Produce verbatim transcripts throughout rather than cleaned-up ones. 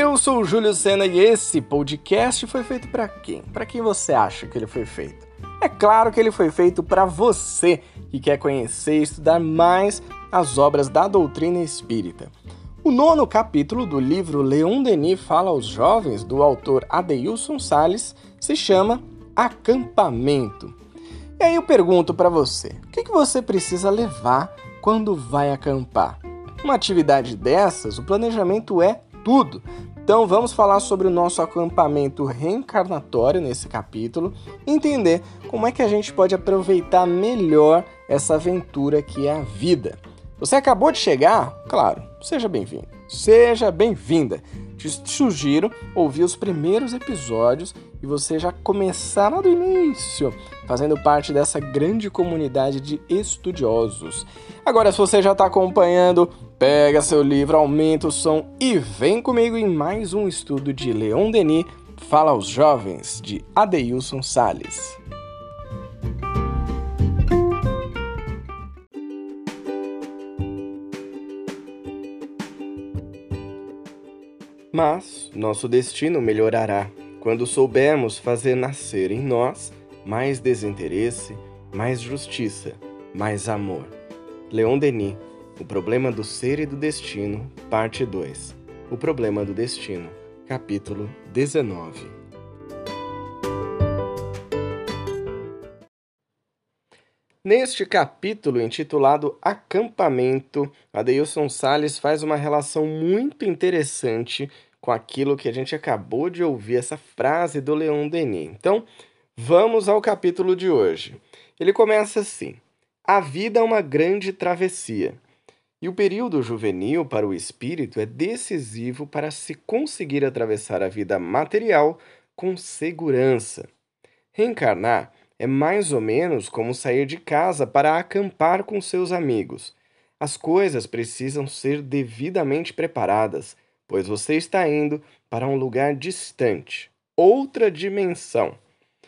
Eu sou o Júlio Sena e esse podcast foi feito para quem? Para quem você acha que ele foi feito? É claro que ele foi feito para você que quer conhecer e estudar mais as obras da doutrina espírita. O nono capítulo do livro Leon Denis fala aos jovens, do autor Adeilson Sales, se chama Acampamento. E aí eu pergunto para você, o que, que você precisa levar quando vai acampar? Uma atividade dessas, o planejamento é tudo. Então vamos falar sobre o nosso acampamento reencarnatório nesse capítulo, entender como é que a gente pode aproveitar melhor essa aventura que é a vida. Você acabou de chegar? Claro, seja bem-vindo, seja bem-vinda. Te sugiro ouvir os primeiros episódios e você já começar lá do início, fazendo parte dessa grande comunidade de estudiosos. Agora, se você já está acompanhando, pega seu livro, aumenta o som e vem comigo em mais um estudo de Leon Denis, Fala aos Jovens, de Adeilson Sales. Mas nosso destino melhorará quando soubermos fazer nascer em nós mais desinteresse, mais justiça, mais amor. Leon Denis, O Problema do Ser e do Destino, parte dois. O Problema do Destino, capítulo dezenove. Neste capítulo, intitulado Acampamento, Adeilson Sales faz uma relação muito interessante com aquilo que a gente acabou de ouvir, essa frase do Leon Denis. Então, vamos ao capítulo de hoje. Ele começa assim: a vida é uma grande travessia, e o período juvenil para o espírito é decisivo para se conseguir atravessar a vida material com segurança. Reencarnar é mais ou menos como sair de casa para acampar com seus amigos. As coisas precisam ser devidamente preparadas, pois você está indo para um lugar distante, outra dimensão.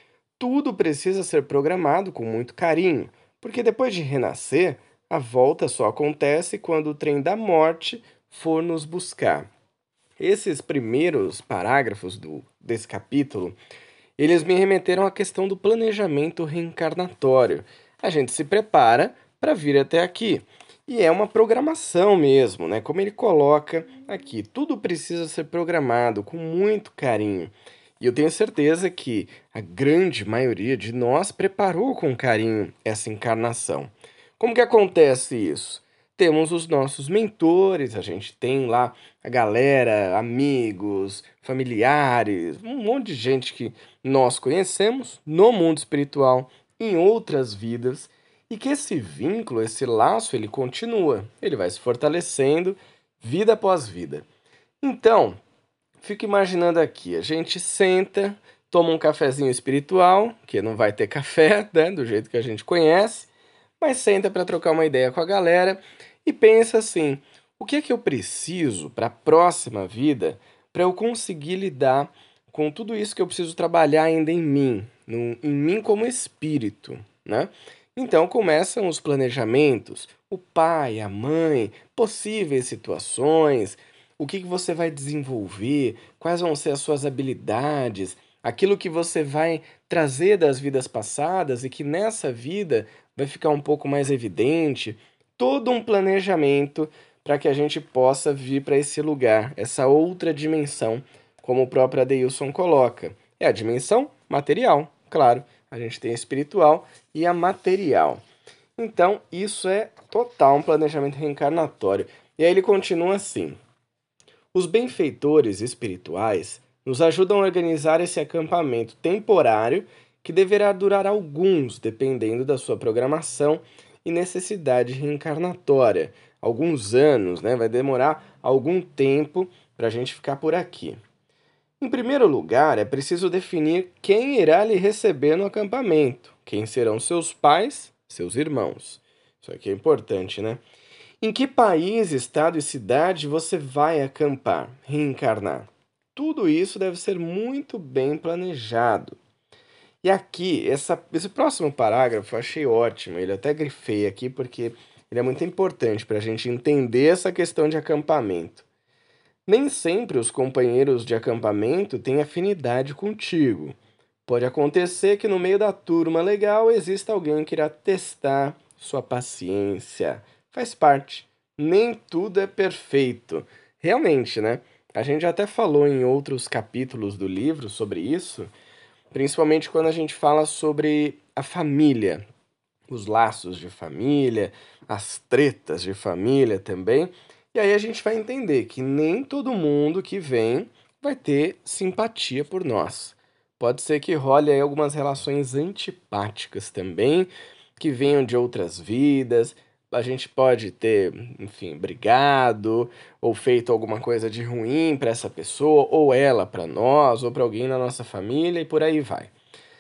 Tudo precisa ser programado com muito carinho, porque depois de renascer, a volta só acontece quando o trem da morte for nos buscar. Esses primeiros parágrafos do, desse capítulo, eles me remeteram à questão do planejamento reencarnatório. A gente se prepara para vir até aqui. E é uma programação mesmo, né? Como ele coloca aqui, tudo precisa ser programado com muito carinho. E eu tenho certeza que a grande maioria de nós preparou com carinho essa encarnação. Como que acontece isso? Temos os nossos mentores, a gente tem lá a galera, amigos, familiares, um monte de gente que nós conhecemos no mundo espiritual, em outras vidas, e que esse vínculo, esse laço, ele continua, ele vai se fortalecendo vida após vida. Então, fico imaginando aqui, a gente senta, toma um cafezinho espiritual, que não vai ter café, né, do jeito que a gente conhece, mas senta para trocar uma ideia com a galera e pensa assim: o que é que eu preciso para a próxima vida para eu conseguir lidar com tudo isso que eu preciso trabalhar ainda em mim, no, em mim como espírito, né? Então começam os planejamentos, o pai, a mãe, possíveis situações, o que, que você vai desenvolver, quais vão ser as suas habilidades, aquilo que você vai trazer das vidas passadas e que nessa vida vai ficar um pouco mais evidente, todo um planejamento para que a gente possa vir para esse lugar, essa outra dimensão, como o próprio Adeilson coloca. É a dimensão material, claro. A gente tem a espiritual e a material. Então, isso é total um planejamento reencarnatório. E aí ele continua assim: os benfeitores espirituais nos ajudam a organizar esse acampamento temporário que deverá durar alguns, dependendo da sua programação e necessidade reencarnatória. Alguns anos, né? Vai demorar algum tempo para a gente ficar por aqui. Em primeiro lugar, é preciso definir quem irá lhe receber no acampamento, quem serão seus pais, seus irmãos. Isso aqui é importante, né? Em que país, estado e cidade você vai acampar, reencarnar? Tudo isso deve ser muito bem planejado. E aqui, essa, esse próximo parágrafo eu achei ótimo, ele até grifei aqui porque ele é muito importante para a gente entender essa questão de acampamento. Nem sempre os companheiros de acampamento têm afinidade contigo. Pode acontecer que no meio da turma legal exista alguém que irá testar sua paciência. Faz parte. Nem tudo é perfeito. Realmente, né? A gente até falou em outros capítulos do livro sobre isso, principalmente quando a gente fala sobre a família, os laços de família, as tretas de família também. E aí a gente vai entender que nem todo mundo que vem vai ter simpatia por nós. Pode ser que role aí algumas relações antipáticas também, que venham de outras vidas. A gente pode ter, enfim, brigado ou feito alguma coisa de ruim para essa pessoa, ou ela para nós, ou para alguém na nossa família e por aí vai.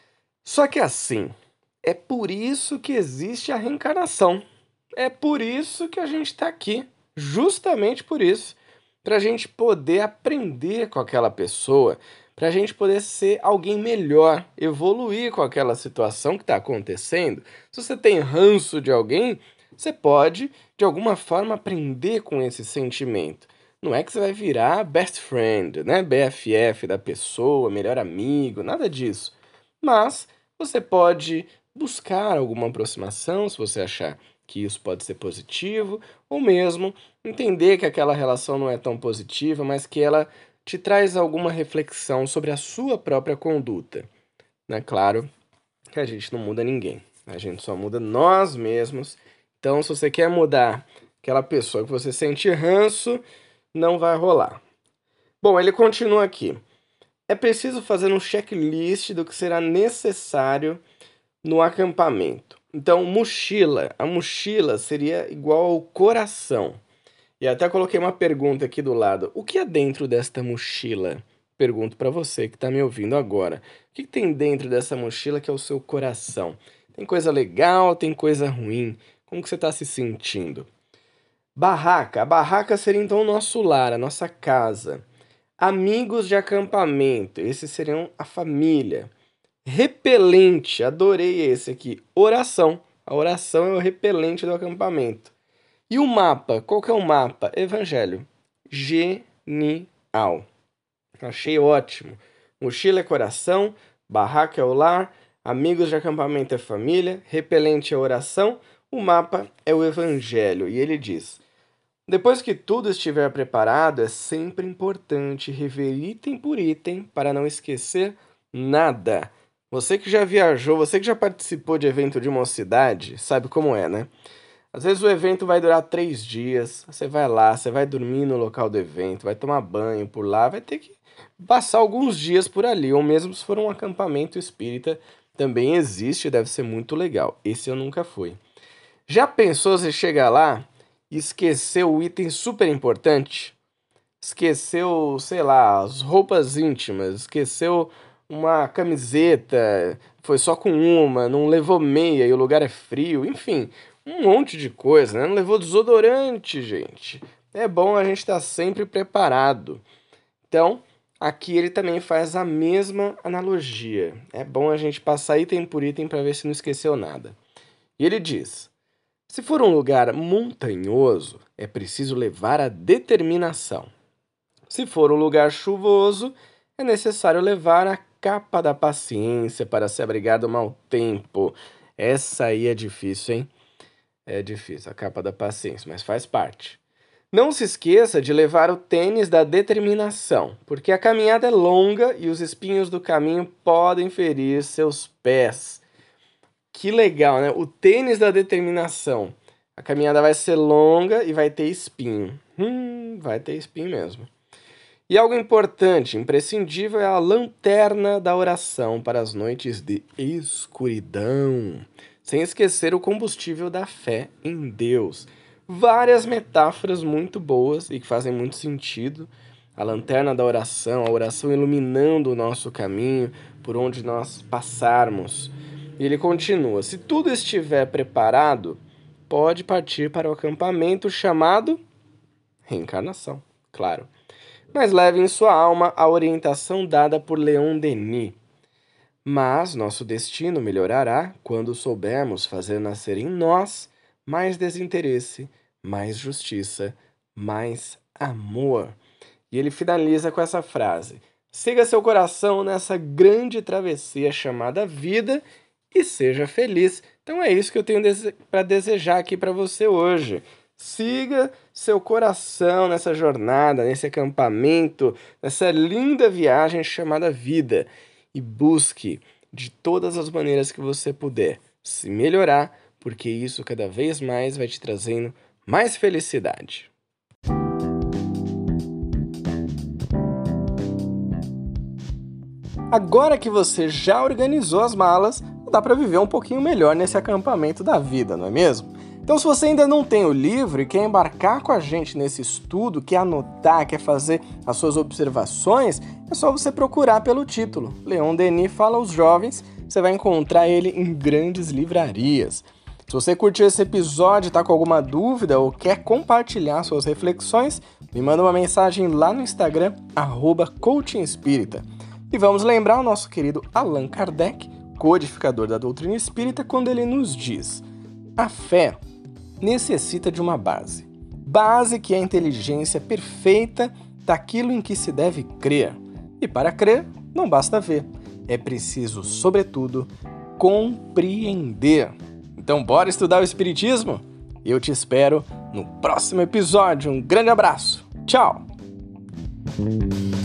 Só que assim, é por isso que existe a reencarnação. É por isso que a gente está aqui. Justamente por isso. Para a gente poder aprender com aquela pessoa, para a gente poder ser alguém melhor, evoluir com aquela situação que está acontecendo. Se você tem ranço de alguém, você pode, de alguma forma, aprender com esse sentimento. Não é que você vai virar best friend, né? B F F da pessoa, melhor amigo, nada disso. Mas você pode buscar alguma aproximação, se você achar que isso pode ser positivo, ou mesmo entender que aquela relação não é tão positiva, mas que ela te traz alguma reflexão sobre a sua própria conduta. É claro que a gente não muda ninguém, a gente só muda nós mesmos. Então, se você quer mudar aquela pessoa que você sente ranço, não vai rolar. Bom, ele continua aqui. É preciso fazer um checklist do que será necessário no acampamento. Então, mochila. A mochila seria igual ao coração. E até coloquei uma pergunta aqui do lado. O que é dentro desta mochila? Pergunto para você que está me ouvindo agora. O que tem dentro dessa mochila que é o seu coração? Tem coisa legal, tem coisa ruim? Como que você está se sentindo? Barraca. A barraca seria então o nosso lar, a nossa casa. Amigos de acampamento. Esses seriam a família. Repelente, adorei esse aqui. Oração. A oração é o repelente do acampamento. E o mapa? Qual que é o mapa? Evangelho. Genial. Achei ótimo. Mochila é coração, barraca é o lar, amigos de acampamento é família, repelente é oração, o mapa é o Evangelho. E ele diz: depois que tudo estiver preparado, é sempre importante rever item por item para não esquecer nada. Você que já viajou, você que já participou de evento de mocidade, sabe como é, né? Às vezes o evento vai durar três dias, você vai lá, você vai dormir no local do evento, vai tomar banho por lá, vai ter que passar alguns dias por ali, ou mesmo se for um acampamento espírita, também existe, deve ser muito legal. Esse eu nunca fui. Já pensou se chegar lá e esqueceu o item super importante? Esqueceu, sei lá, as roupas íntimas, esqueceu uma camiseta, foi só com uma, não levou meia e o lugar é frio, enfim, um monte de coisa, né? Não levou desodorante, gente. É bom a gente estar sempre preparado. Então, aqui ele também faz a mesma analogia. É bom a gente passar item por item para ver se não esqueceu nada. E ele diz: se for um lugar montanhoso, é preciso levar a determinação. Se for um lugar chuvoso, é necessário levar a capa da paciência para se abrigar do mau tempo. Essa aí é difícil, hein? É difícil, a capa da paciência, mas faz parte. Não se esqueça de levar o tênis da determinação, porque a caminhada é longa e os espinhos do caminho podem ferir seus pés. Que legal, né? O tênis da determinação. A caminhada vai ser longa e vai ter espinho. Hum, vai ter espinho mesmo. E algo importante, imprescindível, é a lanterna da oração para as noites de escuridão. Sem esquecer o combustível da fé em Deus. Várias metáforas muito boas e que fazem muito sentido. A lanterna da oração, a oração iluminando o nosso caminho por onde nós passarmos. E ele continua: se tudo estiver preparado, pode partir para o acampamento chamado reencarnação, claro. Mas leve em sua alma a orientação dada por Leon Denis. Mas nosso destino melhorará quando soubermos fazer nascer em nós mais desinteresse, mais justiça, mais amor. E ele finaliza com essa frase: siga seu coração nessa grande travessia chamada vida e seja feliz. Então é isso que eu tenho dese- para desejar aqui para você hoje. Siga seu coração nessa jornada, nesse acampamento, nessa linda viagem chamada vida e busque de todas as maneiras que você puder se melhorar, porque isso cada vez mais vai te trazendo mais felicidade. Agora que você já organizou as malas, dá para viver um pouquinho melhor nesse acampamento da vida, não é mesmo? Então, se você ainda não tem o livro e quer embarcar com a gente nesse estudo, quer anotar, quer fazer as suas observações, é só você procurar pelo título. Leon Denis Fala aos Jovens, você vai encontrar ele em grandes livrarias. Se você curtiu esse episódio, está com alguma dúvida ou quer compartilhar suas reflexões, me manda uma mensagem lá no Instagram, arroba coaching espírita. E vamos lembrar o nosso querido Allan Kardec, codificador da doutrina espírita, quando ele nos diz: a fé necessita de uma base. Base que é a inteligência perfeita daquilo em que se deve crer. E para crer, não basta ver. É preciso, sobretudo, compreender. Então, bora estudar o Espiritismo? Eu te espero no próximo episódio. Um grande abraço. Tchau!